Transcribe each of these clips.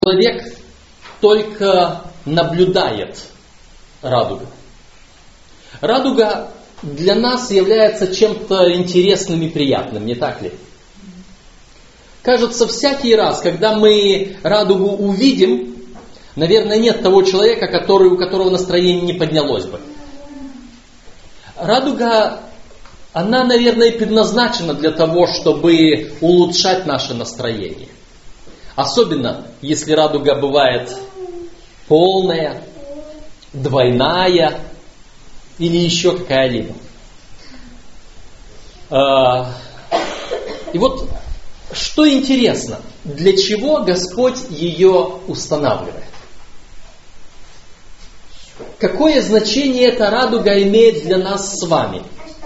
Человек только наблюдает радугу. Радуга для нас является чем-то интересным и приятным, не так ли? Кажется, всякий раз, когда мы радугу увидим, наверное, нет того человека, у которого настроение не поднялось бы. Радуга, она, наверное, предназначена для того, чтобы улучшать наше настроение. Особенно, если радуга бывает полная, двойная или еще какая-либо. И вот, что интересно, для чего Господь ее устанавливает? Какое значение эта радуга имеет для нас с вами?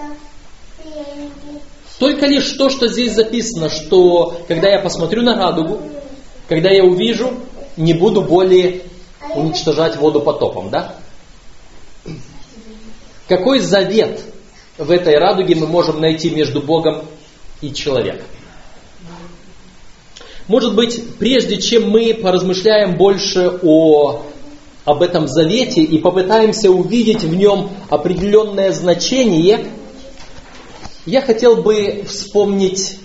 Только лишь то, что здесь записано, что когда я посмотрю на радугу, когда я увижу, не буду более уничтожать воду потопом, да? Какой завет в этой радуге мы можем найти между Богом и человеком? Может быть, прежде чем мы поразмышляем больше об этом завете и попытаемся увидеть в нем определенное значение, я хотел бы вспомнить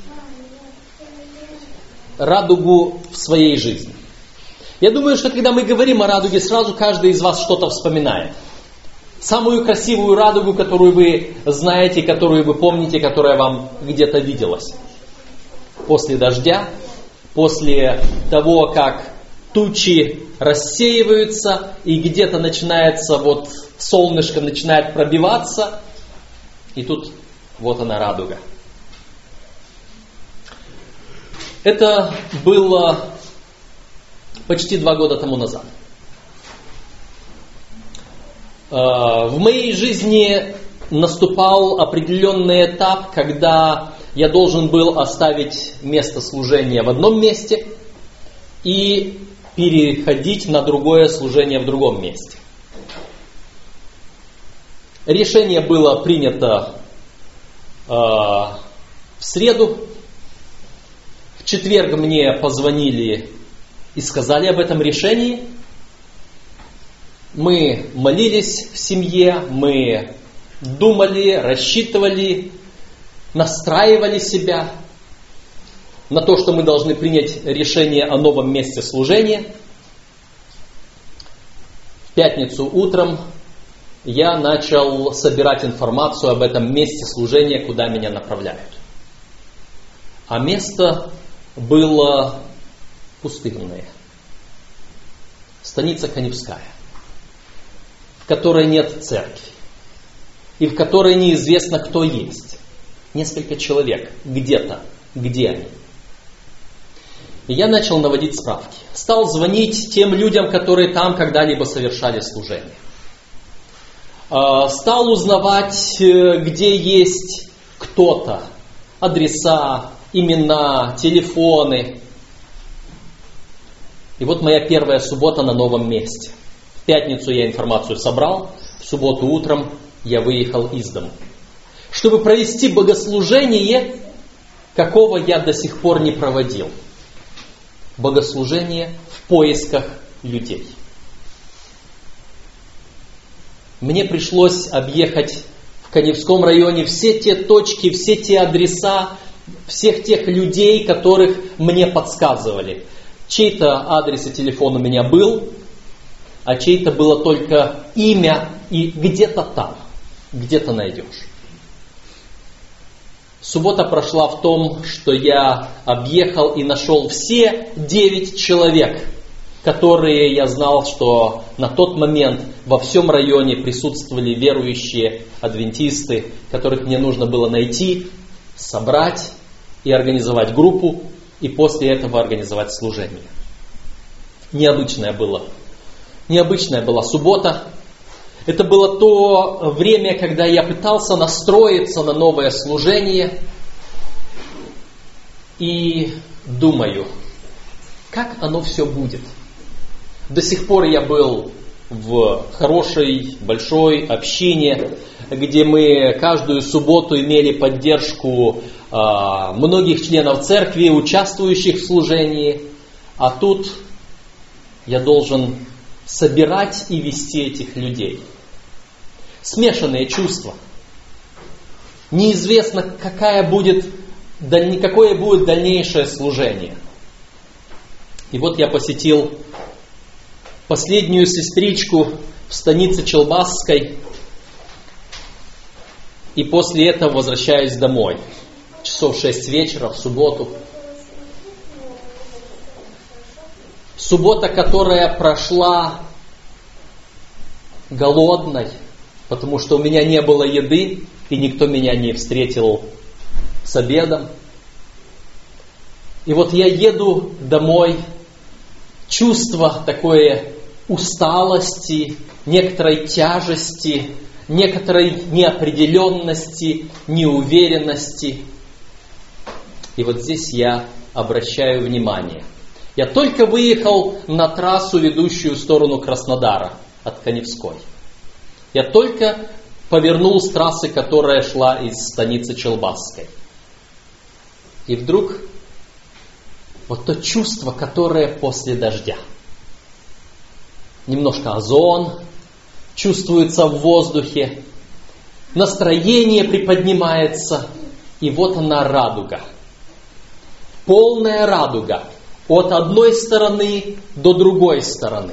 радугу в своей жизни. Я думаю, что когда мы говорим о радуге, сразу каждый из вас что-то вспоминает. Самую красивую радугу, которую вы знаете, которую вы помните, которая вам где-то виделась. После дождя, после того, как тучи рассеиваются, и где-то начинается, солнышко начинает пробиваться, и тут вот она радуга. Это было почти 2 года тому назад. В моей жизни наступал определенный этап, когда я должен был оставить место служения в одном месте и переходить на другое служение в другом месте. Решение было принято в среду. В четверг мне позвонили и сказали об этом решении. Мы молились в семье, мы думали, рассчитывали, настраивали себя на то, что мы должны принять решение о новом месте служения. В пятницу утром я начал собирать информацию об этом месте служения, куда меня направляют. А место было пустынное. Станица Каневская, в которой нет церкви, и в которой неизвестно, кто есть. Несколько человек где-то, где они. И я начал наводить справки. Стал звонить тем людям, которые там когда-либо совершали служение. Стал узнавать, где есть кто-то, адреса, имена, телефоны. И вот моя первая суббота на новом месте. В пятницу я информацию собрал, в субботу утром я выехал из дому. Чтобы провести богослужение, какого я до сих пор не проводил. Богослужение в поисках людей. Мне пришлось объехать в Каневском районе все те точки, все те адреса, всех тех людей, которых мне подсказывали. Чей-то адрес и телефон у меня был, а чей-то было только имя, и где-то там, где-то найдешь. Суббота прошла в том, что я объехал и нашел все 9 человек, которые я знал, что на тот момент во всем районе присутствовали верующие адвентисты, которых мне нужно было найти, собрать и организовать группу, и после этого организовать служение. Необычная была суббота. Это было то время, когда я пытался настроиться на новое служение и думаю, как оно все будет. До сих пор я был в хорошей, большой общине, где мы каждую субботу имели поддержку многих членов церкви, участвующих в служении. А тут я должен собирать и вести этих людей. Смешанные чувства. Неизвестно, какое будет дальнейшее служение. И вот я посетил последнюю сестричку в станице Челбасской, и после этого возвращаюсь домой. Часов 6 вечера в субботу. Суббота, которая прошла голодной, потому что у меня не было еды, и никто меня не встретил с обедом. И вот я еду домой, чувство такое усталости, некоторой тяжести, некоторой неопределенности, неуверенности. И вот здесь я обращаю внимание. Я только выехал на трассу, ведущую в сторону Краснодара от Каневской. Я только повернул с трассы, которая шла из станицы Челбасской. И вдруг вот то чувство, которое после дождя. Немножко озон чувствуется в воздухе, настроение приподнимается, и вот она радуга. Полная радуга от одной стороны до другой стороны.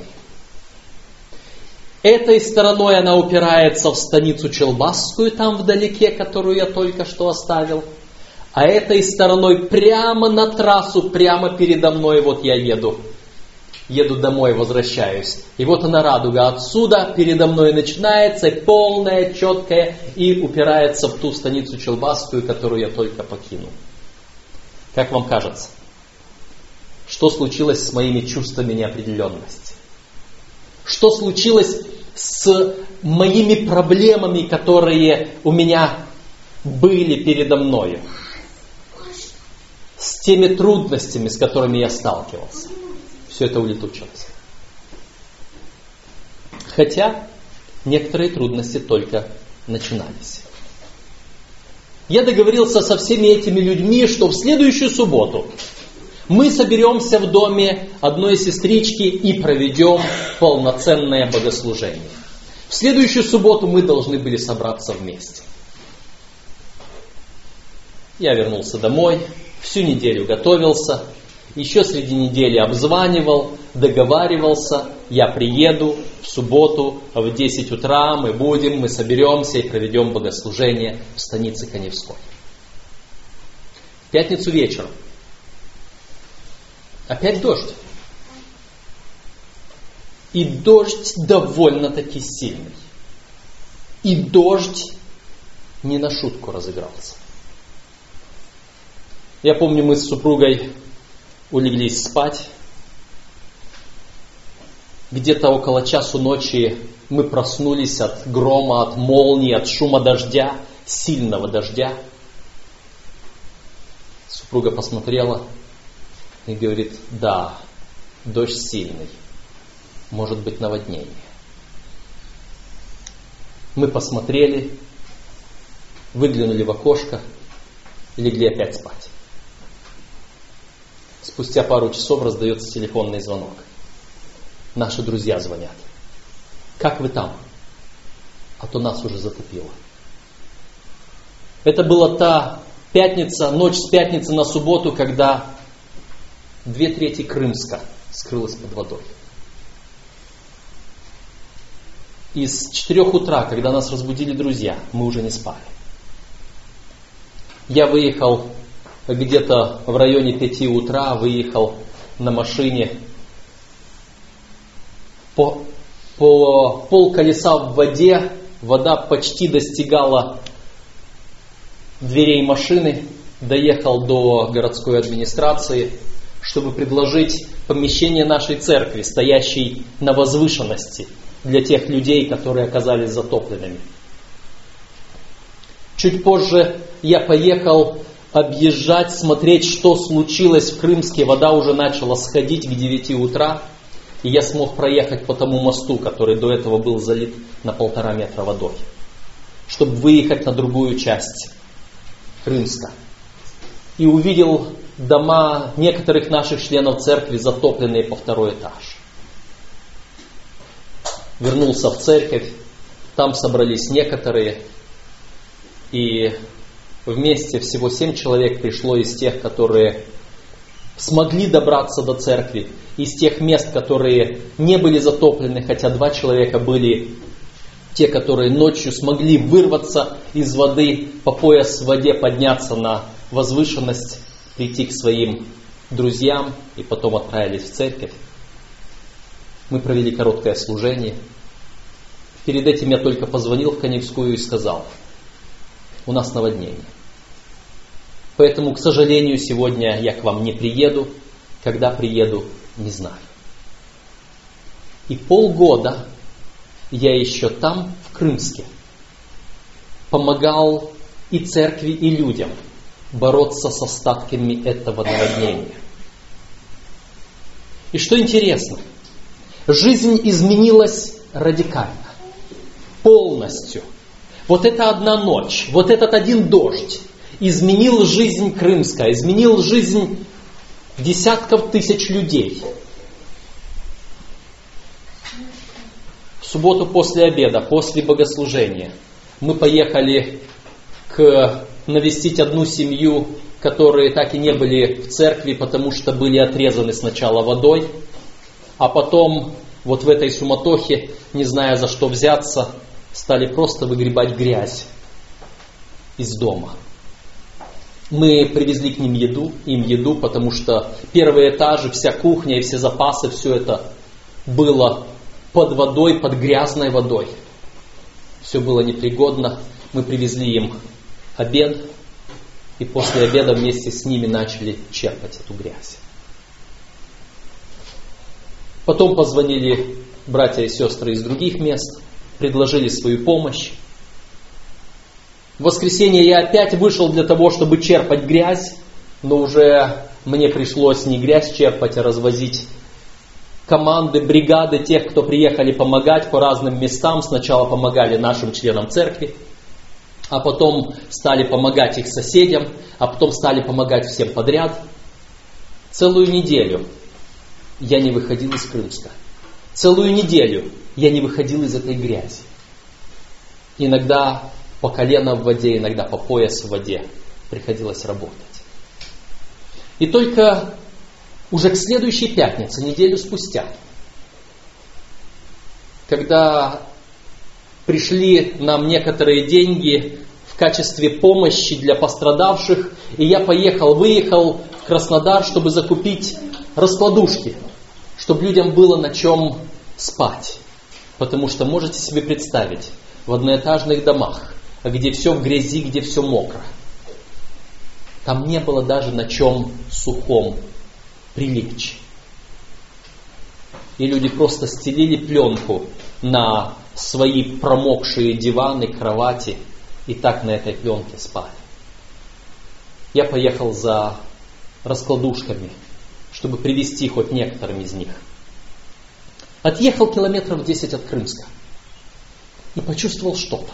Этой стороной она упирается в станицу Челбасскую, там вдалеке, которую я только что оставил. А этой стороной прямо на трассу, прямо передо мной, вот я еду. Еду домой, возвращаюсь. И вот она радуга. Отсюда передо мной начинается полная, четкая, и упирается в ту станицу Челбасскую, которую я только покинул. Как вам кажется? Что случилось с моими чувствами неопределенности? Что случилось с моими проблемами, которые у меня были передо мною? С теми трудностями, с которыми я сталкивался. Все это улетучилось. Хотя некоторые трудности только начинались. Я договорился со всеми этими людьми, что в следующую субботу мы соберемся в доме одной сестрички и проведем полноценное богослужение. В следующую субботу мы должны были собраться вместе. Я вернулся домой, всю неделю готовился, еще среди недели обзванивал, договаривался, я приеду в субботу в 10 утра, мы соберемся и проведем богослужение в станице Каневской. В пятницу вечером опять дождь. И дождь довольно-таки сильный. И дождь не на шутку разыгрался. Я помню, мы с супругой улеглись спать. Где-то около часу ночи мы проснулись от грома, от молнии, от шума дождя, сильного дождя. Супруга посмотрела и говорит: да, дождь сильный, может быть наводнение. Мы посмотрели, выглянули в окошко и легли опять спать. Спустя пару часов раздается телефонный звонок. Наши друзья звонят. Как вы там? А то нас уже затопило. Это была та пятница, ночь с пятницы на субботу, когда 2/3 Крымска скрылась под водой. И с 4 утра, когда нас разбудили друзья, мы уже не спали. Я выехал где-то в районе 5 утра, выехал на машине по пол колеса в воде, вода почти достигала дверей машины, доехал до городской администрации, чтобы предложить помещение нашей церкви, стоящей на возвышенности, для тех людей, которые оказались затопленными. Чуть позже я поехал объезжать, смотреть, что случилось в Крымске. Вода уже начала сходить к 9 утра, и я смог проехать по тому мосту, который до этого был залит на 1,5 метра водой, чтобы выехать на другую часть Крымска. И увидел дома некоторых наших членов церкви, затопленные по 2-й этаж. вернулся в церковь, там собрались некоторые, и вместе всего 7 человек пришло из тех, которые смогли добраться до церкви, из тех мест, которые не были затоплены, хотя 2 человека были те, которые ночью смогли вырваться из воды, по пояс в воде подняться на возвышенность, прийти к своим друзьям и потом отправились в церковь. Мы провели короткое служение. Перед этим я только позвонил в Каневскую и сказал: у нас наводнение. Поэтому, к сожалению, сегодня я к вам не приеду. Когда приеду, не знаю. И полгода я еще там, в Крымске, помогал и церкви, и людям бороться с остатками этого наводнения. И что интересно, жизнь изменилась радикально, полностью. Вот эта одна ночь, вот этот один дождь изменил жизнь Крымска, изменил жизнь десятков тысяч людей. В субботу после обеда, после богослужения, мы поехали навестить одну семью, которые так и не были в церкви, потому что были отрезаны сначала водой, а потом вот в этой суматохе, не зная за что взяться, стали просто выгребать грязь из дома. Мы привезли к ним еду, потому что первые этажи, вся кухня и все запасы, все это было под водой, под грязной водой. Все было непригодно. Мы привезли им обед, и после обеда вместе с ними начали черпать эту грязь. Потом позвонили братья и сестры из других мест, предложили свою помощь. В воскресенье я опять вышел для того, чтобы черпать грязь, но уже мне пришлось не грязь черпать, а развозить команды, бригады тех, кто приехали помогать по разным местам. Сначала помогали нашим членам церкви, а потом стали помогать их соседям, а потом стали помогать всем подряд. Целую неделю я не выходил из Крымска. Целую неделю я не выходил из этой грязи. Иногда по колено в воде, иногда по пояс в воде приходилось работать. И только уже к следующей пятнице, неделю спустя, когда пришли нам некоторые деньги в качестве помощи для пострадавших, и я выехал в Краснодар, чтобы закупить раскладушки, чтобы людям было на чем спать. Потому что можете себе представить, в одноэтажных домах, где все в грязи, где все мокро, там не было даже на чем сухом прилечь. И люди просто стелили пленку на свои промокшие диваны, кровати, и так на этой пленке спали. Я поехал за раскладушками, чтобы привезти хоть некоторым из них. Отъехал километров 10 от Крымска и почувствовал что-то.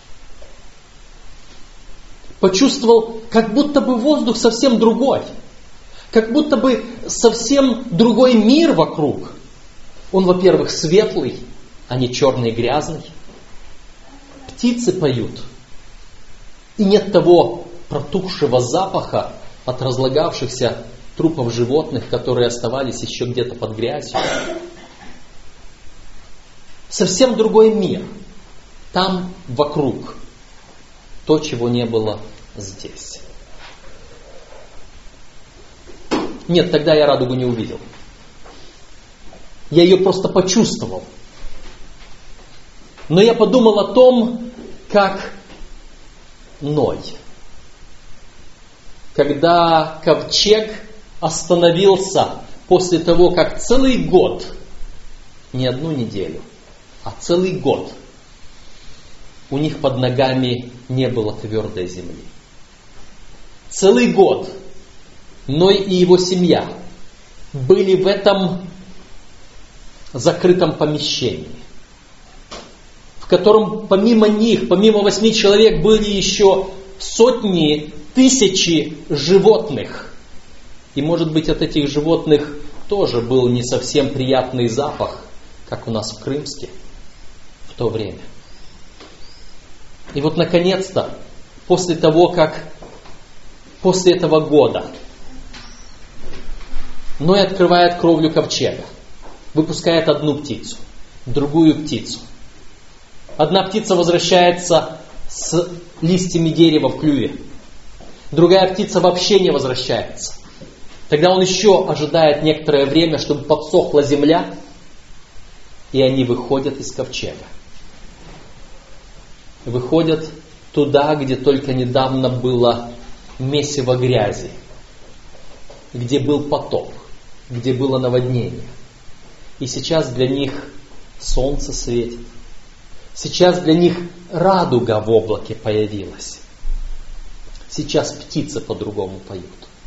Почувствовал, как будто бы воздух совсем другой. Как будто бы совсем другой мир вокруг. Он, во-первых, светлый, а не черный и грязный. Птицы поют. И нет того протухшего запаха от разлагавшихся трупов животных, которые оставались еще где-то под грязью. Совсем другой мир. Там вокруг то, чего не было здесь. Нет, тогда я радугу не увидел. Я ее просто почувствовал. Но я подумал о том, как Ной, когда ковчег остановился после того, как целый год, не одну неделю, а целый год у них под ногами не было твердой земли. Целый год Ной и его семья были в этом закрытом помещении, в котором помимо них, помимо 8 человек, были еще сотни, тысячи животных. И может быть от этих животных тоже был не совсем приятный запах, как у нас в Крымске. то время. И вот наконец-то, после того, как после этого года Ной открывает кровлю ковчега, выпускает одну птицу, другую птицу. Одна птица возвращается с листьями дерева в клюве. Другая птица вообще не возвращается. Тогда он еще ожидает некоторое время, чтобы подсохла земля, и они выходят из ковчега. Выходят туда, где только недавно было месиво грязи, где был потоп, где было наводнение. И сейчас для них солнце светит. Сейчас для них радуга в облаке появилась. Сейчас птицы по-другому поют.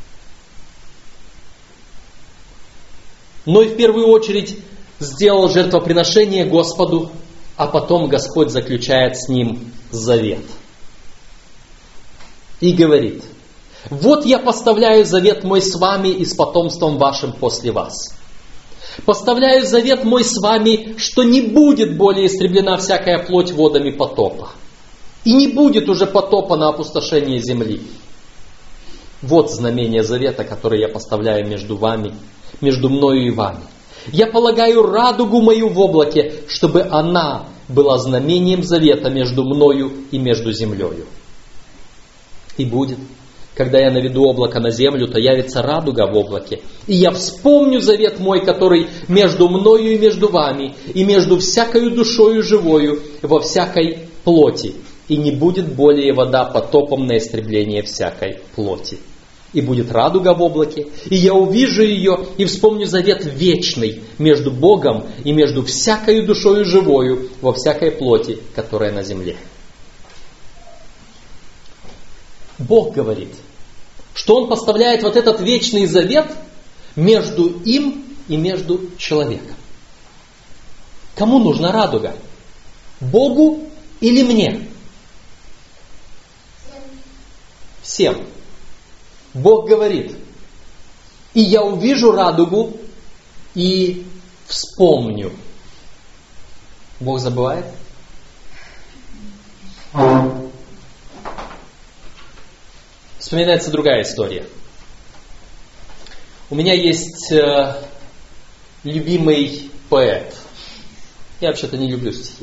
Но и в первую очередь сделал жертвоприношение Господу, а потом Господь заключает с ним завет. И говорит: «Вот я поставляю завет мой с вами и с потомством вашим после вас. Поставляю завет мой с вами, что не будет более истреблена всякая плоть водами потопа. И не будет уже потопа на опустошение земли. Вот знамение завета, которое я поставляю между вами, между мною и вами. Я полагаю радугу мою в облаке, чтобы она была знамением завета между мною и между землею. И будет, когда я наведу облако на землю, то явится радуга в облаке. И я вспомню завет мой, который между мною и между вами, и между всякою душою живою во всякой плоти. И не будет более вода потопом на истребление всякой плоти. И будет радуга в облаке, и я увижу ее, и вспомню завет вечный между Богом и между всякою душою живою во всякой плоти, которая на земле». Бог говорит, что Он поставляет вот этот вечный завет между им и между человеком. Кому нужна радуга? Богу или мне? Всем. Бог говорит: «И я увижу радугу и вспомню». Бог забывает? Вспоминается другая история. У меня есть любимый поэт. Я вообще-то не люблю стихи.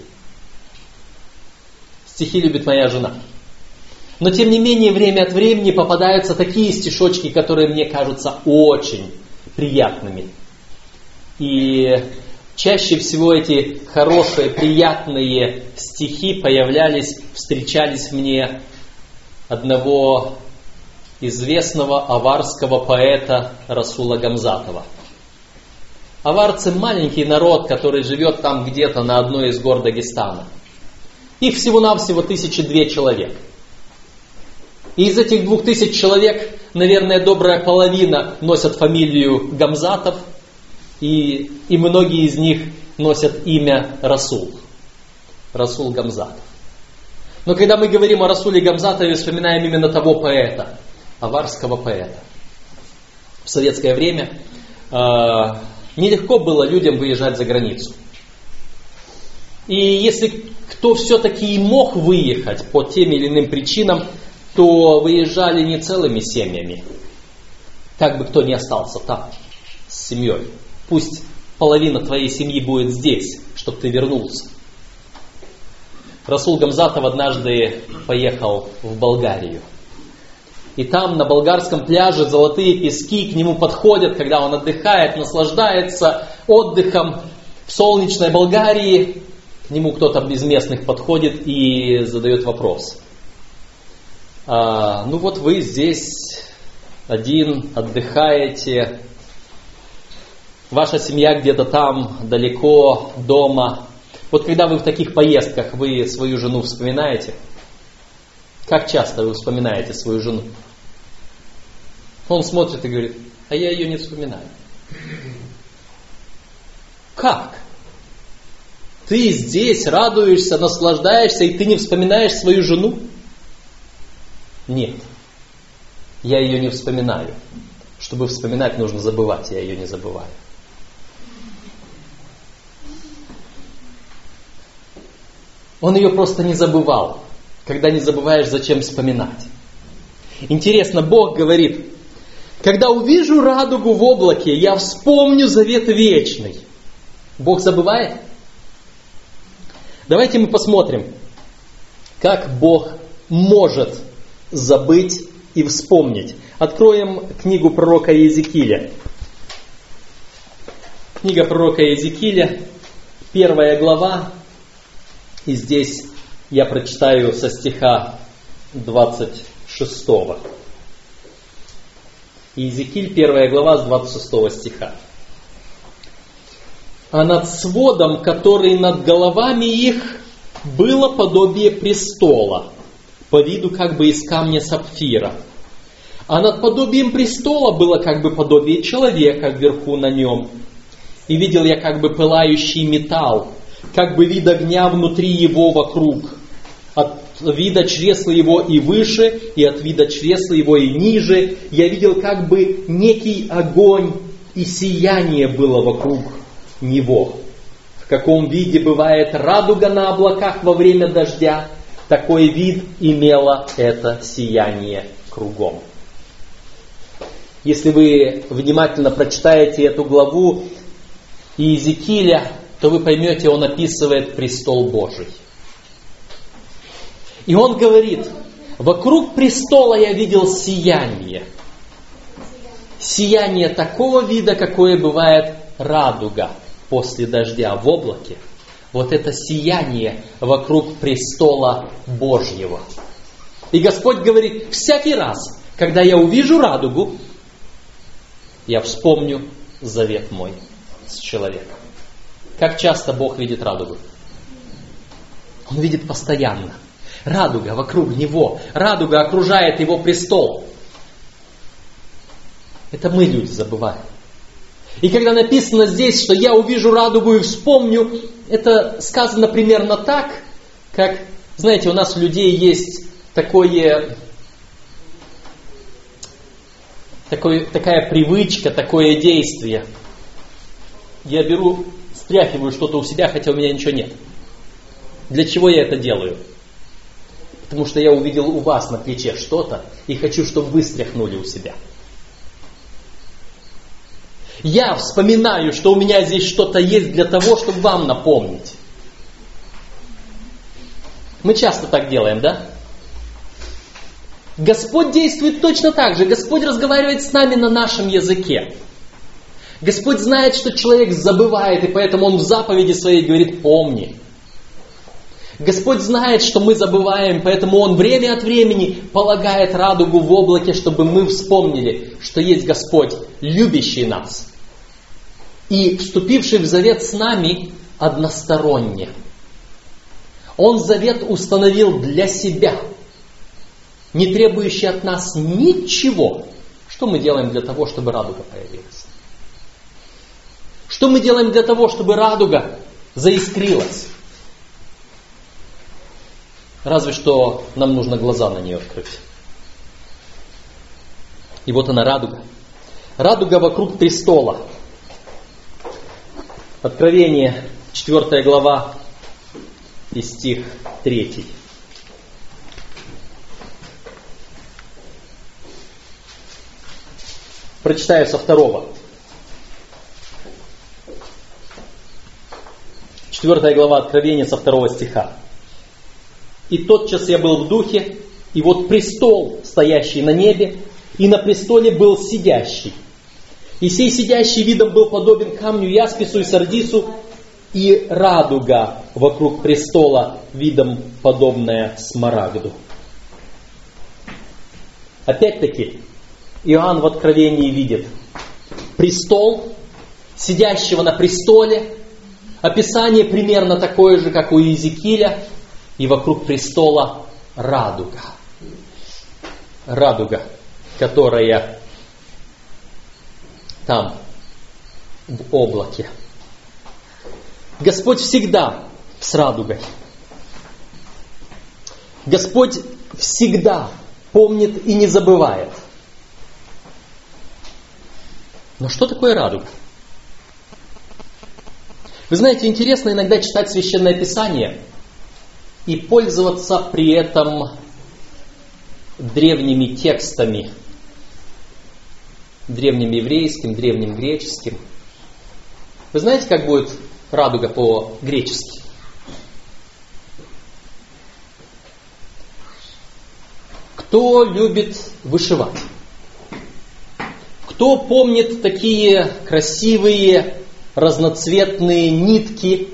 Стихи любит моя жена. Но тем не менее, время от времени попадаются такие стишочки, которые мне кажутся очень приятными. И чаще всего эти хорошие, приятные стихи встречались мне одного известного аварского поэта Расула Гамзатова. Аварцы — маленький народ, который живет там где-то на одной из гор Дагестана. Их всего-навсего 1002 человека. И из этих 2000 человек, наверное, добрая половина носят фамилию Гамзатов, и многие из них носят имя Расул. Расул Гамзатов. Но когда мы говорим о Расуле Гамзатове, вспоминаем именно того поэта, аварского поэта. В советское время нелегко было людям выезжать за границу. И если кто все-таки и мог выехать по тем или иным причинам, то выезжали не целыми семьями. Как бы кто ни остался там, с семьей. Пусть половина твоей семьи будет здесь, чтобы ты вернулся. Расул Гамзатов однажды поехал в Болгарию. И там на болгарском пляже золотые пески к нему подходят, когда он отдыхает, наслаждается отдыхом в солнечной Болгарии. К нему кто-то из местных подходит и задает вопрос. Ну вот вы здесь один отдыхаете, ваша семья где-то там, далеко, дома. Вот когда вы в таких поездках, вы свою жену вспоминаете? Как часто вы вспоминаете свою жену? Он смотрит и говорит: а я ее не вспоминаю. Как? Ты здесь радуешься, наслаждаешься, и ты не вспоминаешь свою жену? Нет. Я ее не вспоминаю. Чтобы вспоминать, нужно забывать. Я ее не забываю. Он ее просто не забывал. Когда не забываешь, зачем вспоминать? Интересно, Бог говорит: когда увижу радугу в облаке, я вспомню завет вечный. Бог забывает? Давайте мы посмотрим, как Бог может забыть и вспомнить. Откроем книгу пророка Иезекииля. Книга пророка Иезекииля, 1 глава. И здесь я прочитаю со стиха 26. Иезекииль, 1 глава, с 26 стиха. «А над сводом, который над головами их, было подобие престола, по виду как бы из камня сапфира. А над подобием престола было как бы подобие человека вверху на нем. И видел я как бы пылающий металл, как бы вид огня внутри его вокруг, от вида чресла его и выше, и от вида чресла его и ниже. Я видел как бы некий огонь, и сияние было вокруг него. В каком виде бывает радуга на облаках во время дождя, такой вид имело это сияние кругом». Если вы внимательно прочитаете эту главу Иезекииля, то вы поймете, он описывает престол Божий. И он говорит: вокруг престола я видел сияние. Сияние такого вида, какое бывает радуга после дождя в облаке. Вот это сияние вокруг престола Божьего. И Господь говорит: всякий раз, когда я увижу радугу, я вспомню завет мой с человеком. Как часто Бог видит радугу? Он видит постоянно. Радуга вокруг Него. Радуга окружает Его престол. Это мы, люди, забываем. И когда написано здесь, что я увижу радугу и вспомню, это сказано примерно так, как, знаете, у нас у людей есть такая привычка, такое действие. Я беру, стряхиваю что-то у себя, хотя у меня ничего нет. Для чего я это делаю? Потому что я увидел у вас на плече что-то и хочу, чтобы вы стряхнули у себя. Я вспоминаю, что у меня здесь что-то есть для того, чтобы вам напомнить. Мы часто так делаем, да? Господь действует точно так же. Господь разговаривает с нами на нашем языке. Господь знает, что человек забывает, и поэтому Он в заповеди своей говорит: помни. Господь знает, что мы забываем, поэтому Он время от времени полагает радугу в облаке, чтобы мы вспомнили, что есть Господь, любящий нас и вступивший в завет с нами односторонне. Он завет установил для себя, не требующий от нас ничего. Что мы делаем для того, чтобы радуга появилась? Что мы делаем для того, чтобы радуга заискрилась? Разве что нам нужно глаза на нее открыть. И вот она, радуга. Радуга вокруг престола. Откровение, 4 глава, и стих 3. Прочитаю со 2. 4 глава Откровения со 2 стиха. «И тотчас я был в духе, и вот престол, стоящий на небе, и на престоле был сидящий. И сей сидящий видом был подобен камню яспису и сардису, и радуга вокруг престола видом подобная смарагду». Опять-таки, Иоанн в Откровении видит престол, сидящего на престоле, описание примерно такое же, как у Иезекииля, и вокруг престола радуга. Радуга, которая там, в облаке. Господь всегда с радугой. Господь всегда помнит и не забывает. Но что такое радуга? Вы знаете, интересно иногда читать Священное Писание и пользоваться при этом древними текстами, древним еврейским, древним греческим. Вы знаете, как будет радуга по-гречески? Кто любит вышивать? Кто помнит такие красивые разноцветные нитки,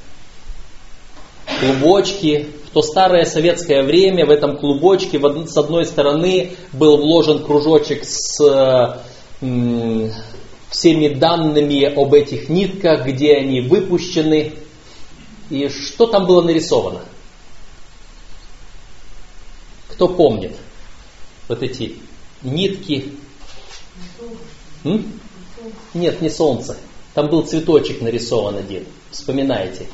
клубочки? В то старое советское время в этом клубочке с одной стороны был вложен кружочек с всеми данными об этих нитках, где они выпущены, и что там было нарисовано. Кто помнит вот эти нитки? Нет, не солнце. Там был цветочек нарисован один. Вспоминайте.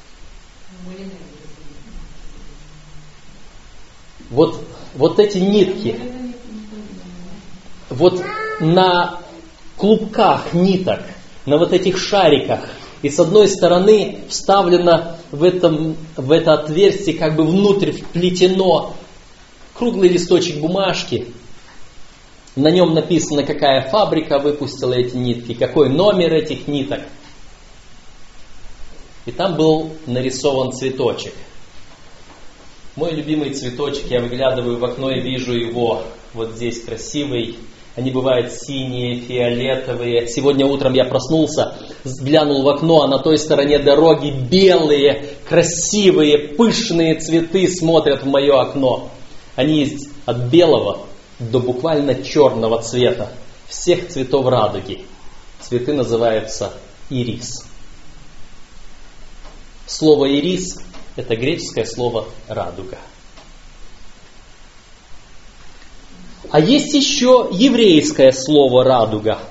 Вот эти нитки. Вот на клубках ниток, на вот этих шариках, и с одной стороны вставлено в это отверстие, как бы внутрь вплетено круглый листочек бумажки. На нем написано, какая фабрика выпустила эти нитки, какой номер этих ниток. И там был нарисован цветочек. Мой любимый цветочек, я выглядываю в окно и вижу его вот здесь красивый. Они бывают синие, фиолетовые. Сегодня утром я проснулся, глянул в окно, а на той стороне дороги белые, красивые, пышные цветы смотрят в мое окно. Они есть от белого до буквально черного цвета. Всех цветов радуги. Цветы называются ирис. Слово ирис – это греческое слово радуга. А есть еще еврейское слово радуга.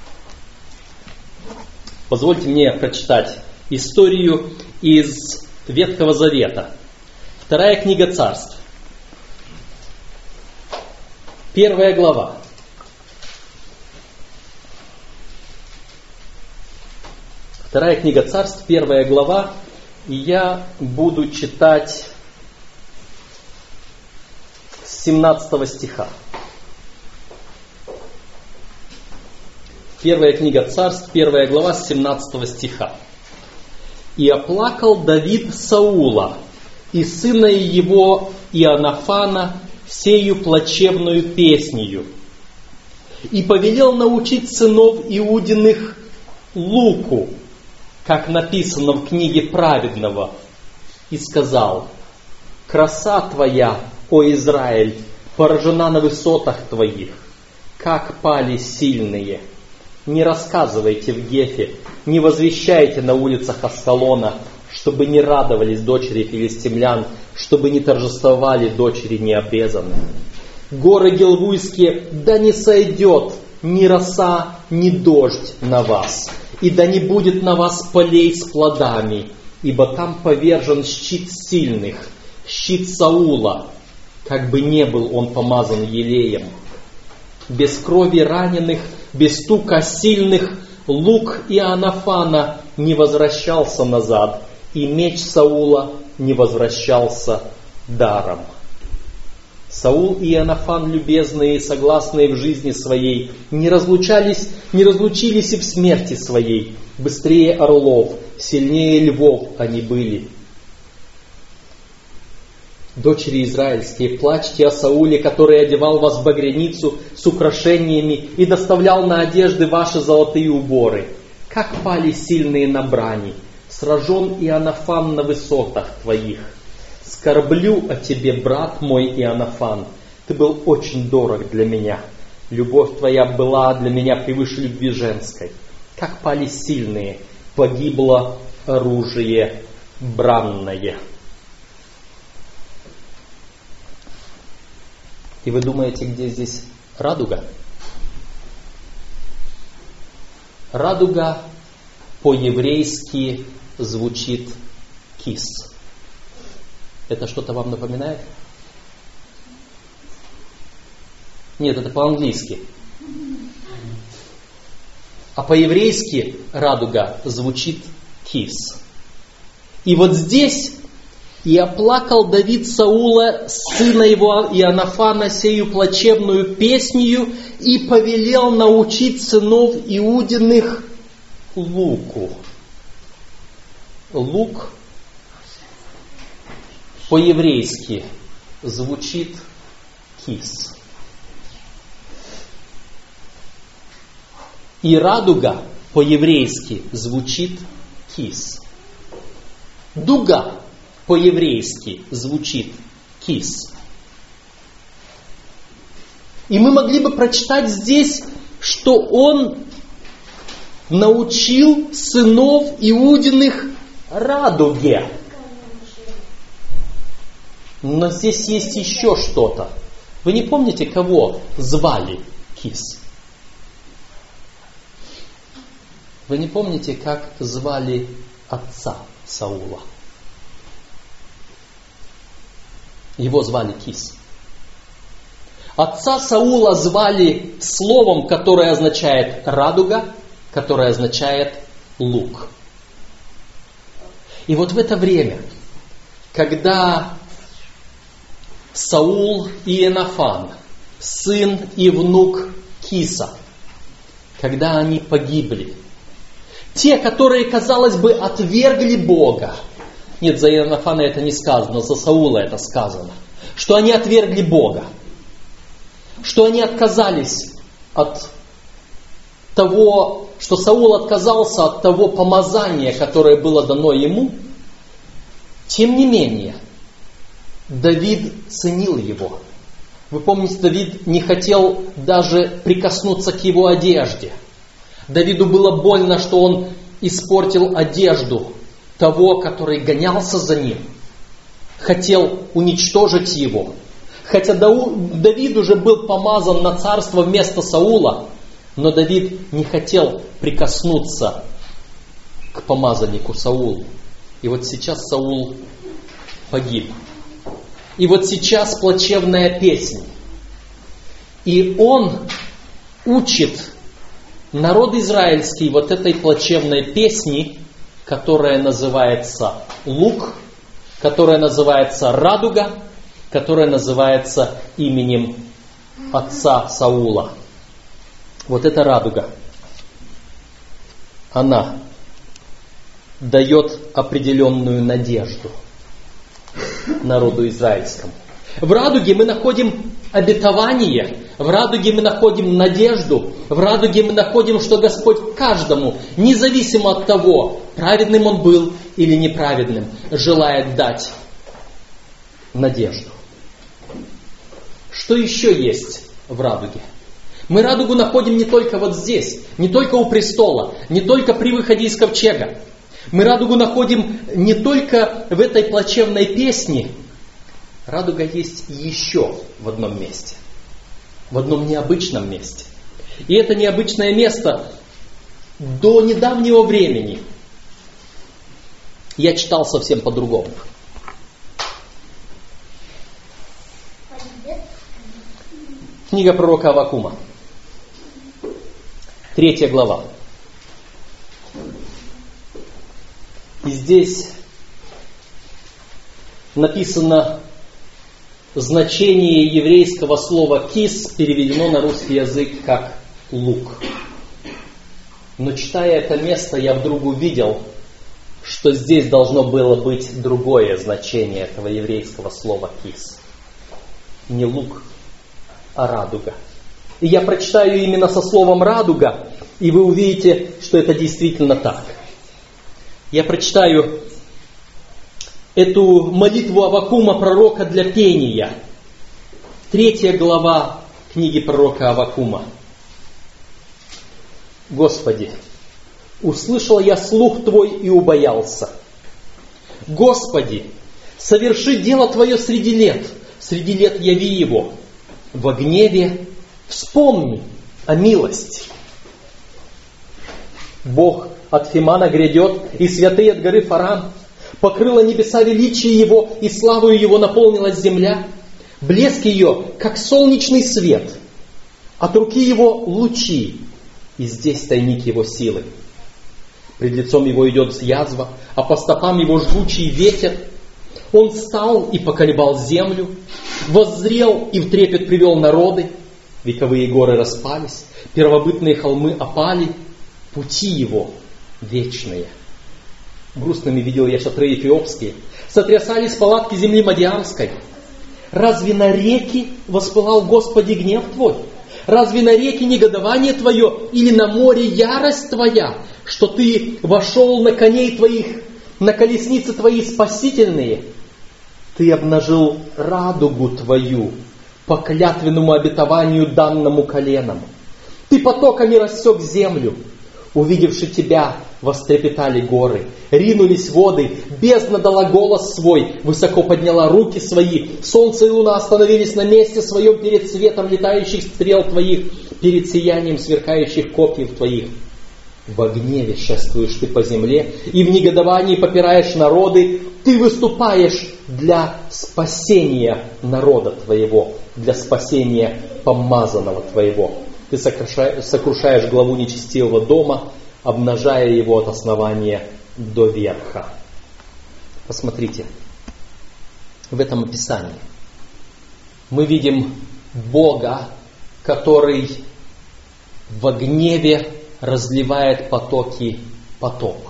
Позвольте мне прочитать историю из Ветхого Завета. 2 книга Царств. 1 глава. Вторая книга Царств, 1 глава. И я буду читать с 17 стиха. Первая книга Царств, 1 глава, с 17 стиха. «И оплакал Давид Саула и сына его Иоаннафана сею плачевную песнею, и повелел научить сынов Иудиных луку, как написано в книге праведного, и сказал: краса твоя, о Израиль, поражена на высотах твоих, как пали сильные. Не рассказывайте в Гефе, не возвещайте на улицах Аскалона, чтобы не радовались дочери филистимлян, чтобы не торжествовали дочери необрезанные. Горы Гилвуйские, да не сойдет ни роса, ни дождь на вас, и да не будет на вас полей с плодами, ибо там повержен щит сильных, щит Саула, как бы не был он помазан елеем. Без крови раненых, без стука сильных, лук Иоаннафана не возвращался назад, и меч Саула не возвращался даром. Саул и Иоаннафан, любезные и согласные в жизни своей, не разлучились и в смерти своей. Быстрее орлов, сильнее львов они были. Дочери израильские, плачьте о Сауле, который одевал вас в багряницу с украшениями и доставлял на одежды ваши золотые уборы. Как пали сильные на брани, сражен Иоаннафан на высотах твоих. Скорблю о тебе, брат мой Иоаннафан, ты был очень дорог для меня. Любовь твоя была для меня превыше любви женской. Как пали сильные, погибло оружие бранное. И вы думаете, где здесь радуга? Радуга по-еврейски звучит кис. Это что-то вам напоминает? Нет, это по-английски. А по-еврейски радуга звучит кис. И вот здесь И оплакал Давид Саула, сына его Ионафана, сею плачевную песнью, и повелел научить сынов Иудиных луку. Лук по-еврейски звучит кис. И радуга по-еврейски звучит кис. Дуга по-еврейски звучит кис. И мы могли бы прочитать здесь, что он научил сынов Иудиных радуге. Но здесь есть еще что-то. Вы не помните, кого звали Кис? Вы не помните, как звали отца Саула? Его звали Кис. Отца Саула звали словом, которое означает радуга, которое означает лук. И вот в это время, когда Саул и Ионафан, сын и внук Киса, когда они погибли, те, которые, казалось бы, отвергли Бога, нет, за Ионафана это не сказано, за Саула это сказано, что они отвергли Бога, что они отказались от того, что Саул отказался от того помазания, которое было дано ему, тем не менее, Давид ценил его. Вы помните, Давид не хотел даже прикоснуться к его одежде. Давиду было больно, что он испортил одежду того, который гонялся за ним. Хотел уничтожить его. Хотя Давид уже был помазан на царство вместо Саула, но Давид не хотел прикоснуться к помазаннику Саулу. И вот сейчас Саул погиб. И вот сейчас плачевная песня. И он учит народ израильский вот этой плачевной песни, которая называется лук, которая называется радуга, которая называется именем отца Саула. Вот эта радуга, она дает определенную надежду народу израильскому. В радуге мы находим обетование, в радуге мы находим надежду, в радуге мы находим, что Господь каждому, независимо от того, праведным он был или неправедным, желает дать надежду. Что еще есть в радуге? Мы радугу находим не только вот здесь, не только у престола, не только при выходе из ковчега. Мы радугу находим не только в этой плачевной песне. Радуга есть еще в одном месте. В одном необычном месте. И это необычное место до недавнего времени я читал совсем по-другому. Книга пророка Аввакума. 3 глава. И здесь написано значение еврейского слова «кис», переведено на русский язык как «лук». Но читая это место, я вдруг увидел, что здесь должно было быть другое значение этого еврейского слова «кис». Не лук, а радуга. И я прочитаю именно со словом «радуга», и вы увидите, что это действительно так. Я прочитаю эту молитву Аввакума, пророка для пения. 3 глава книги пророка Аввакума. Господи, услышал я слух Твой и убоялся. Господи, соверши дело Твое среди лет яви его. Во гневе вспомни о милости. Бог от Фимана грядет, и святые от горы Фаран. Покрыло небеса величие Его, и славою Его наполнилась земля. Блеск ее, как солнечный свет. От руки Его лучи, и здесь тайник Его силы. Пред лицом Его идет язва, а по стопам Его жгучий ветер. Он встал и поколебал землю, воззрел и в трепет привел народы. Вековые горы распались, первобытные холмы опали, пути его вечные. Грустными видел я шатры эфиопские, сотрясались палатки земли Мадиамской. Разве на реки воспылал, Господи, гнев Твой? Разве на реки негодование Твое или на море ярость Твоя, что Ты вошел на коней Твоих, на колесницы Твои спасительные? Ты обнажил радугу Твою по клятвенному обетованию данному коленам. Ты потоками рассек землю. Увидевши Тебя, вострепетали горы, ринулись воды, бездна дала голос свой, высоко подняла руки свои, солнце и луна остановились на месте своем перед светом летающих стрел Твоих, перед сиянием сверкающих копьев Твоих. Во гневе шествуешь Ты по земле, и в негодовании попираешь народы. Ты выступаешь для спасения народа Твоего, для спасения помазанного Твоего. Ты сокрушаешь главу нечестивого дома, обнажая его от основания до верха. Посмотрите, в этом описании мы видим Бога, который во гневе разливает потоки потопа.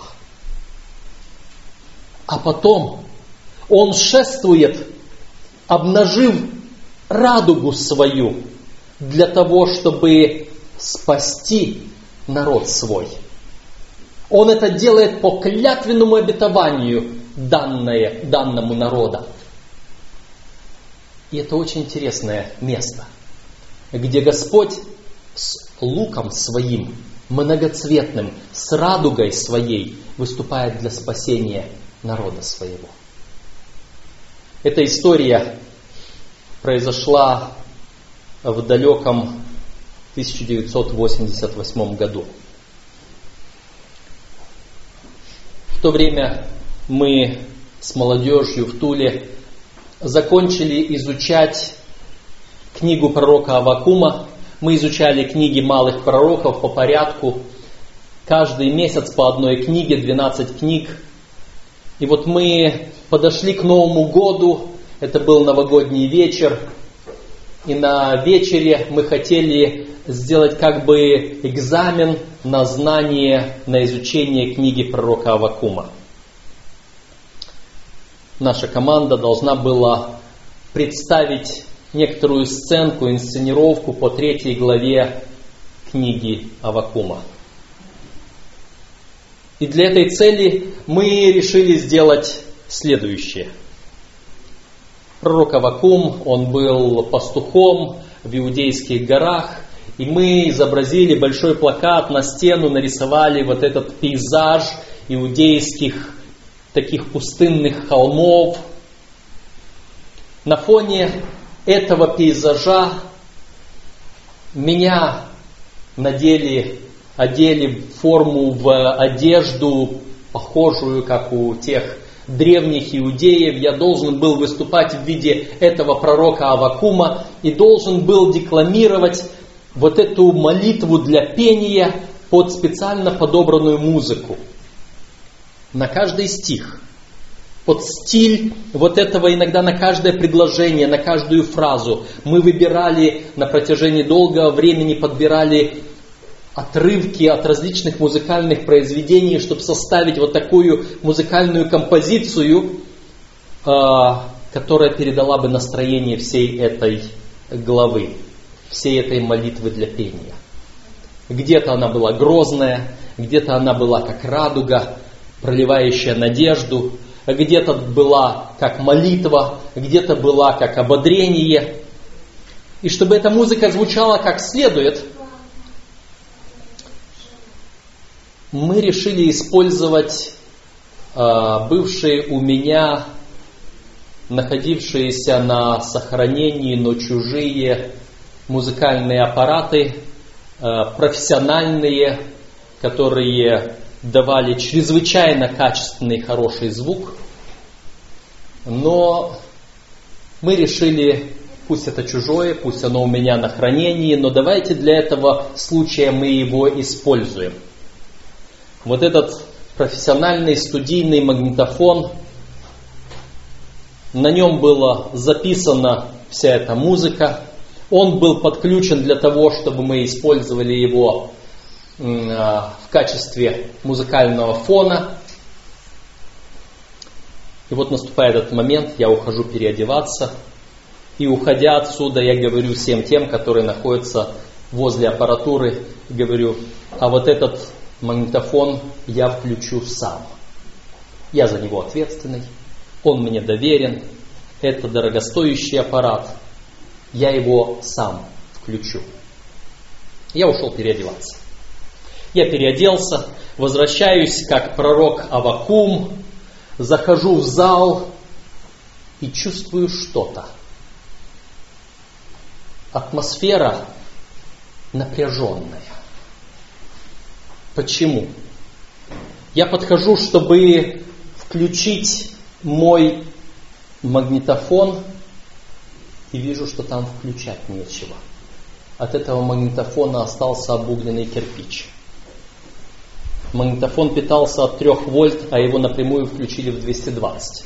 А потом Он шествует, обнажив радугу свою, для того, чтобы спасти народ свой. Он это делает по клятвенному обетованию данному народу. И это очень интересное место, где Господь с луком своим, многоцветным, с радугой своей выступает для спасения народа своего. Эта история произошла в далеком 1988 году. В то время мы с молодежью в Туле закончили изучать книгу пророка Аввакума. Мы изучали книги малых пророков по порядку. Каждый месяц по одной книге, 12 книг. И вот мы подошли к Новому году. Это был новогодний вечер. И на вечере мы хотели сделать как бы экзамен на знание, на изучение книги пророка Аввакума. Наша команда должна была представить некоторую сценку, инсценировку по 3 главе книги Аввакума. И для этой цели мы решили сделать следующее. Пророк Аввакум, он был пастухом в Иудейских горах, и мы изобразили большой плакат на стену, нарисовали вот этот пейзаж иудейских таких пустынных холмов. На фоне этого пейзажа меня одели в форму, в одежду, похожую, как у тех древних иудеев. Я должен был выступать в виде этого пророка Аввакума и должен был декламировать вот эту молитву для пения под специально подобранную музыку. На каждый стих, под стиль вот этого, иногда на каждое предложение, на каждую фразу. Мы выбирали на протяжении долгого времени, подбирали отрывки от различных музыкальных произведений, чтобы составить вот такую музыкальную композицию, которая передала бы настроение всей этой главы, всей этой молитвы для пения. Где-то она была грозная, где-то она была как радуга, проливающая надежду, где-то была как молитва, где-то была как ободрение. И чтобы эта музыка звучала как следует, мы решили использовать бывшие у меня, находившиеся на сохранении, но чужие музыкальные аппараты, профессиональные, которые давали чрезвычайно качественный, хороший звук. Но мы решили, пусть это чужое, пусть оно у меня на хранении, но давайте для этого случая мы его используем. Вот этот профессиональный студийный магнитофон На нем была записана вся эта музыка. Он был подключен для того, чтобы мы использовали его в качестве музыкального фона. И вот наступает этот момент, я ухожу переодеваться. И уходя отсюда, я говорю всем тем, которые находятся возле аппаратуры, говорю, а вот этот магнитофон я включу сам. Я за него ответственный, он мне доверен, это дорогостоящий аппарат, я его сам включу. Я ушел переодеваться. Я переоделся, возвращаюсь как пророк Аввакум, захожу в зал и чувствую что-то. Атмосфера напряженная. Почему? Я подхожу, чтобы включить мой магнитофон, и вижу, что там включать нечего. От этого магнитофона остался обугленный кирпич. Магнитофон питался от 3 вольт, а его напрямую включили в 220.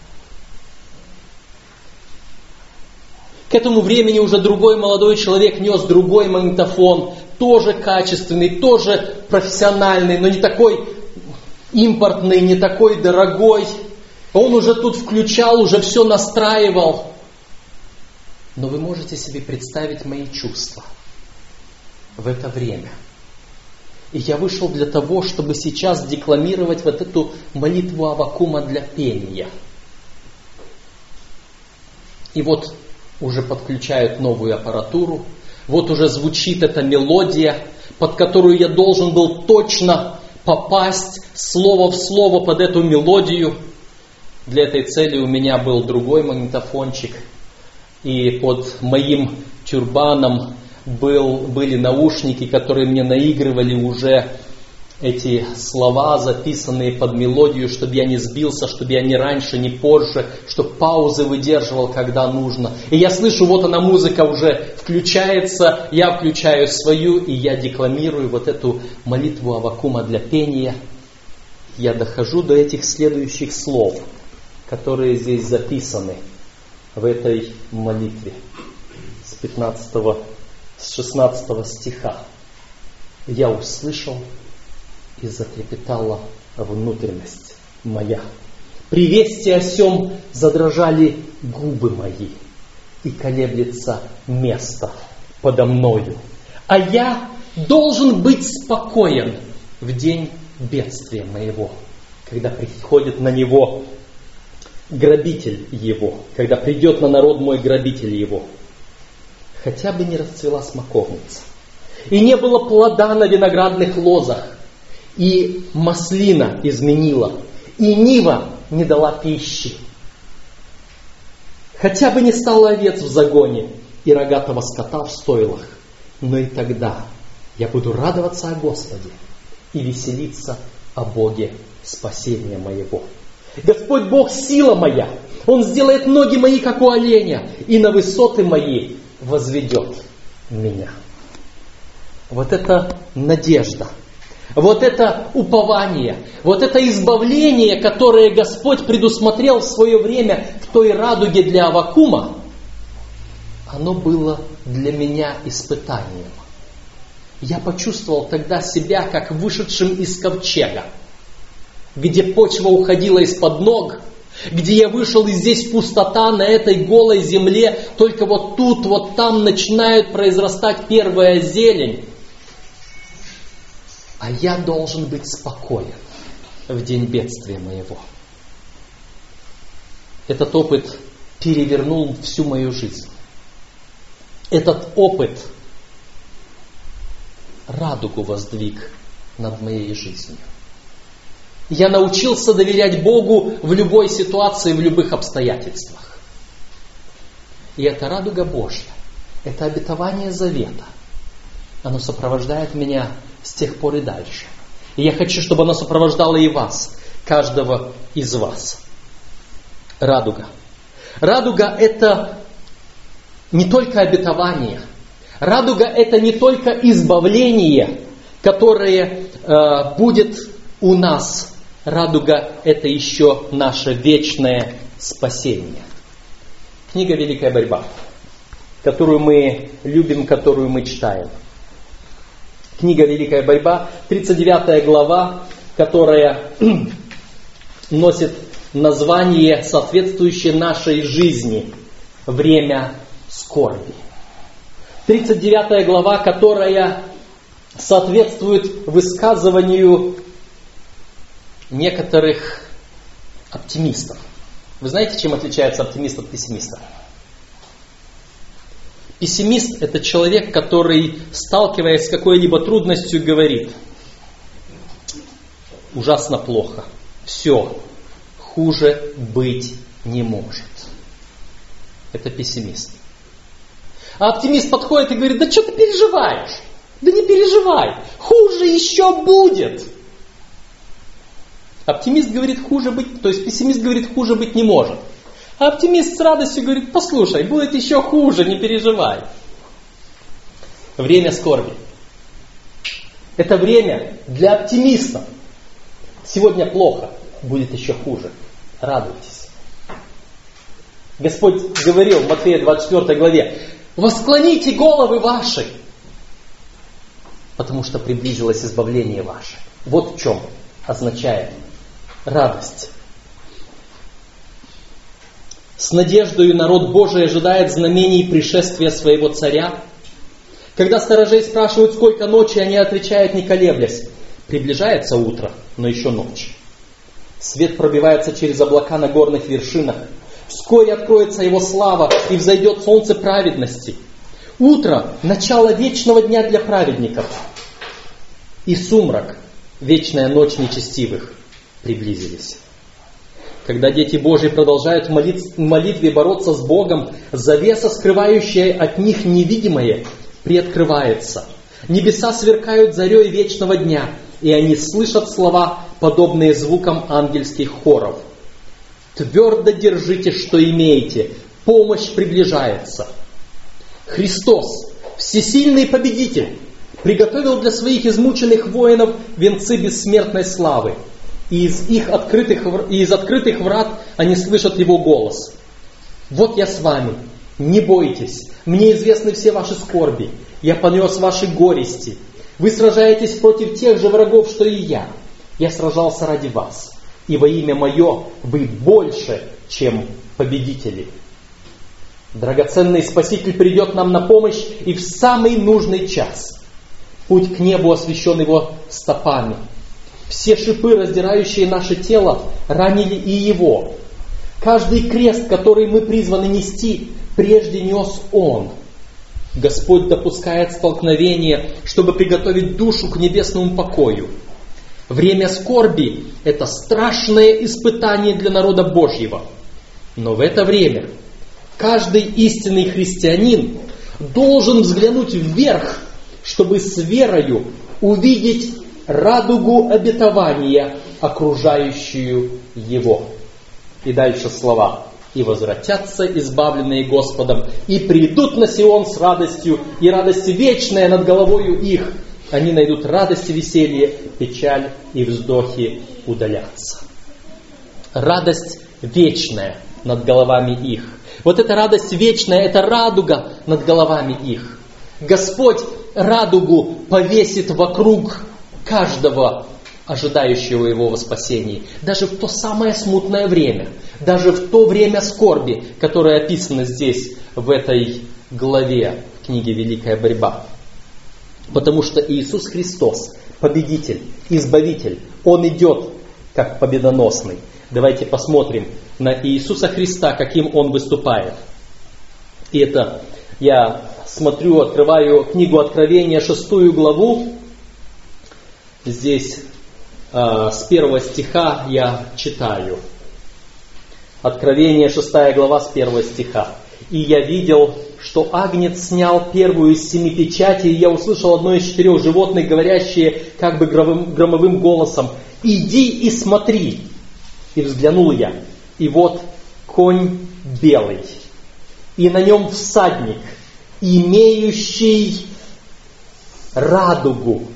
К этому времени уже другой молодой человек нес другой магнитофон, тоже качественный, тоже профессиональный, но не такой импортный, не такой дорогой. Он уже тут включал, уже все настраивал. Но вы можете себе представить мои чувства в это время. И я вышел для того, чтобы сейчас декламировать вот эту молитву Аввакума для пения. И вот уже подключают новую аппаратуру, вот уже звучит эта мелодия, под которую я должен был точно попасть слово в слово под эту мелодию. Для этой цели у меня был другой магнитофончик, и под моим тюрбаном были наушники, которые мне наигрывали уже эти слова, записанные под мелодию, чтобы я не сбился, чтобы я ни раньше, ни позже, чтобы паузы выдерживал, когда нужно. И я слышу, вот она музыка уже включается, я включаю свою, и я декламирую вот эту молитву Аввакума для пения. Я дохожу до этих следующих слов, которые здесь записаны в этой молитве с 16 стиха. Я услышал, и затрепетала внутренность моя. При вести о сем задрожали губы мои, и колеблется место подо мною. А я должен быть спокоен в день бедствия моего, когда приходит на него грабитель его, когда придет на народ мой грабитель его. Хотя бы не расцвела смоковница, и не было плода на виноградных лозах, и маслина изменила, и нива не дала пищи. Хотя бы не стало овец в загоне, и рогатого скота в стойлах, но и тогда я буду радоваться о Господе и веселиться о Боге спасения моего. Господь Бог сила моя, Он сделает ноги мои, как у оленя, и на высоты мои возведет меня. Вот это надежда. Вот это упование, вот это избавление, которое Господь предусмотрел в свое время в той радуге для Аввакума, оно было для меня испытанием. Я почувствовал тогда себя как вышедшим из ковчега, где почва уходила из-под ног, где я вышел, и здесь пустота на этой голой земле, только вот тут, вот там начинает произрастать первая зелень. А я должен быть спокоен в день бедствия моего. Этот опыт перевернул всю мою жизнь. Этот опыт радугу воздвиг над моей жизнью. Я научился доверять Богу в любой ситуации, в любых обстоятельствах. И это радуга Божья, это обетование завета. Оно сопровождает меня с тех пор и дальше. И я хочу, чтобы оно сопровождало и вас, каждого из вас. Радуга. Радуга – это не только обетование. Радуга – это не только избавление, которое будет у нас. Радуга – это еще наше вечное спасение. Книга «Великая борьба», которую мы любим, которую мы читаем. Книга «Великая борьба», 39 глава, которая носит название, соответствующее нашей жизни, время скорби. 39 глава, которая соответствует высказыванию некоторых оптимистов. Вы знаете, чем отличается оптимист от пессимиста? Пессимист – это человек, который, сталкиваясь с какой-либо трудностью, говорит: ужасно плохо, все, хуже быть не может. Это пессимист. А оптимист подходит и говорит: да что ты переживаешь? Да не переживай, хуже еще будет. Оптимист говорит, хуже быть, то есть пессимист говорит, хуже быть не может. А оптимист с радостью говорит: послушай, будет еще хуже, не переживай. Время скорби. Это время для оптимистов. Сегодня плохо, будет еще хуже. Радуйтесь. Господь говорил в Матфея 24 главе: восклоните головы ваши, потому что приблизилось избавление ваше. Вот в чем означает радость. С надеждою народ Божий ожидает знамений пришествия своего царя. Когда сторожей спрашивают, сколько ночи, они отвечают, не колеблясь: приближается утро, но еще ночь. Свет пробивается через облака на горных вершинах. Вскоре откроется его слава, и взойдет солнце праведности. Утро – начало вечного дня для праведников. И сумрак, вечная ночь нечестивых, приблизились. Когда дети Божьи продолжают в молитве бороться с Богом, завеса, скрывающая от них невидимое, приоткрывается. Небеса сверкают зарей вечного дня, и они слышат слова, подобные звукам ангельских хоров. Твердо держите, что имеете, помощь приближается. Христос, всесильный победитель, приготовил для своих измученных воинов венцы бессмертной славы. И из открытых врат они слышат Его голос. Вот я с вами, не бойтесь, мне известны все ваши скорби, я понес ваши горести. Вы сражаетесь против тех же врагов, что и я. Я сражался ради вас, и во имя мое вы больше, чем победители. Драгоценный Спаситель придет нам на помощь и в самый нужный час. Путь к небу освящен Его стопами. Все шипы, раздирающие наше тело, ранили и Его. Каждый крест, который мы призваны нести, прежде нес Он. Господь допускает столкновение, чтобы приготовить душу к небесному покою. Время скорби – это страшное испытание для народа Божьего. Но в это время каждый истинный христианин должен взглянуть вверх, чтобы с верою увидеть радугу обетования, окружающую его. И дальше слова: и возвратятся избавленные Господом, и придут на Сион с радостью, и радость вечная над головою их. Они найдут радость и веселье, печаль и вздохи удалятся. Радость вечная над головами их. Вот эта радость вечная, это радуга над головами их. Господь радугу повесит вокруг каждого ожидающего Его во спасении. Даже в то самое смутное время, даже в то время скорби, которое описано здесь, в этой главе книги «Великая борьба». Потому что Иисус Христос, победитель, избавитель, Он идет как победоносный. Давайте посмотрим на Иисуса Христа, каким Он выступает. И это я смотрю, открываю книгу Откровения, 6 главу. Здесь с 1 стиха я читаю. Откровение, 6 глава, с 1 стиха. «И я видел, что Агнец снял первую из 7 печатей, и я услышал одно из 4 животных, говорящее как бы громовым голосом: иди и смотри. И взглянул я, и вот конь белый, и на нем всадник, имеющий радугу,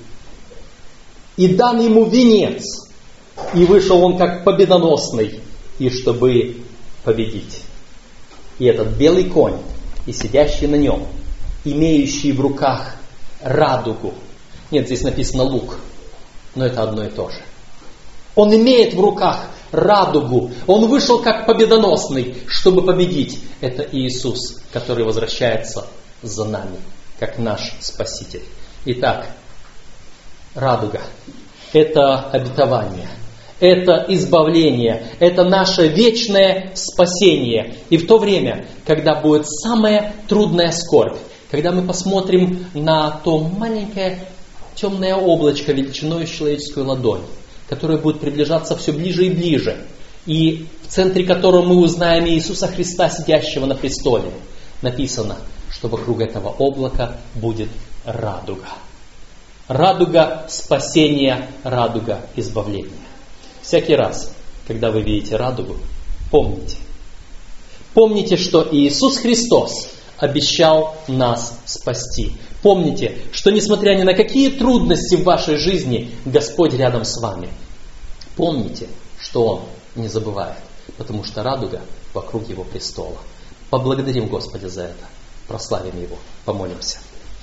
и дан ему венец, и вышел он как победоносный, и чтобы победить». И этот белый конь, и сидящий на нем, имеющий в руках радугу. Нет, здесь написано лук, но это одно и то же. Он имеет в руках радугу. Он вышел как победоносный, чтобы победить. Это Иисус, который возвращается за нами, как наш Спаситель. Итак, радуга – это обетование, это избавление, это наше вечное спасение. И в то время, когда будет самая трудная скорбь, когда мы посмотрим на то маленькое темное облачко величиной человеческую ладонь, которое будет приближаться все ближе и ближе, и в центре которого мы узнаем Иисуса Христа, сидящего на престоле, написано, что вокруг этого облака будет радуга. Радуга спасения, радуга избавления. Всякий раз, когда вы видите радугу, помните, что Иисус Христос обещал нас спасти. Помните, что несмотря ни на какие трудности в вашей жизни, Господь рядом с вами. Помните, что Он не забывает, потому что радуга вокруг Его престола. Поблагодарим Господа за это, прославим Его, помолимся.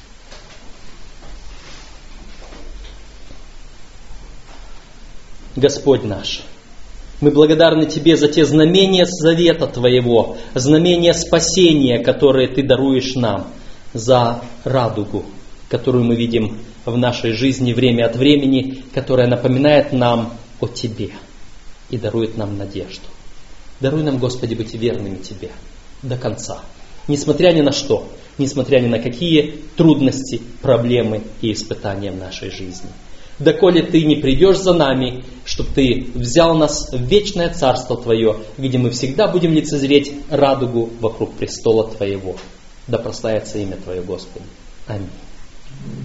Господь наш, мы благодарны Тебе за те знамения завета Твоего, знамения спасения, которые Ты даруешь нам, за радугу, которую мы видим в нашей жизни время от времени, которая напоминает нам о Тебе и дарует нам надежду. Даруй нам, Господи, быть верными Тебе до конца, несмотря ни на что, несмотря ни на какие трудности, проблемы и испытания в нашей жизни. Доколе Ты не придешь за нами, чтобы Ты взял нас в вечное Царство Твое, где мы всегда будем лицезреть радугу вокруг престола Твоего. Да прославится имя Твое, Господи. Аминь.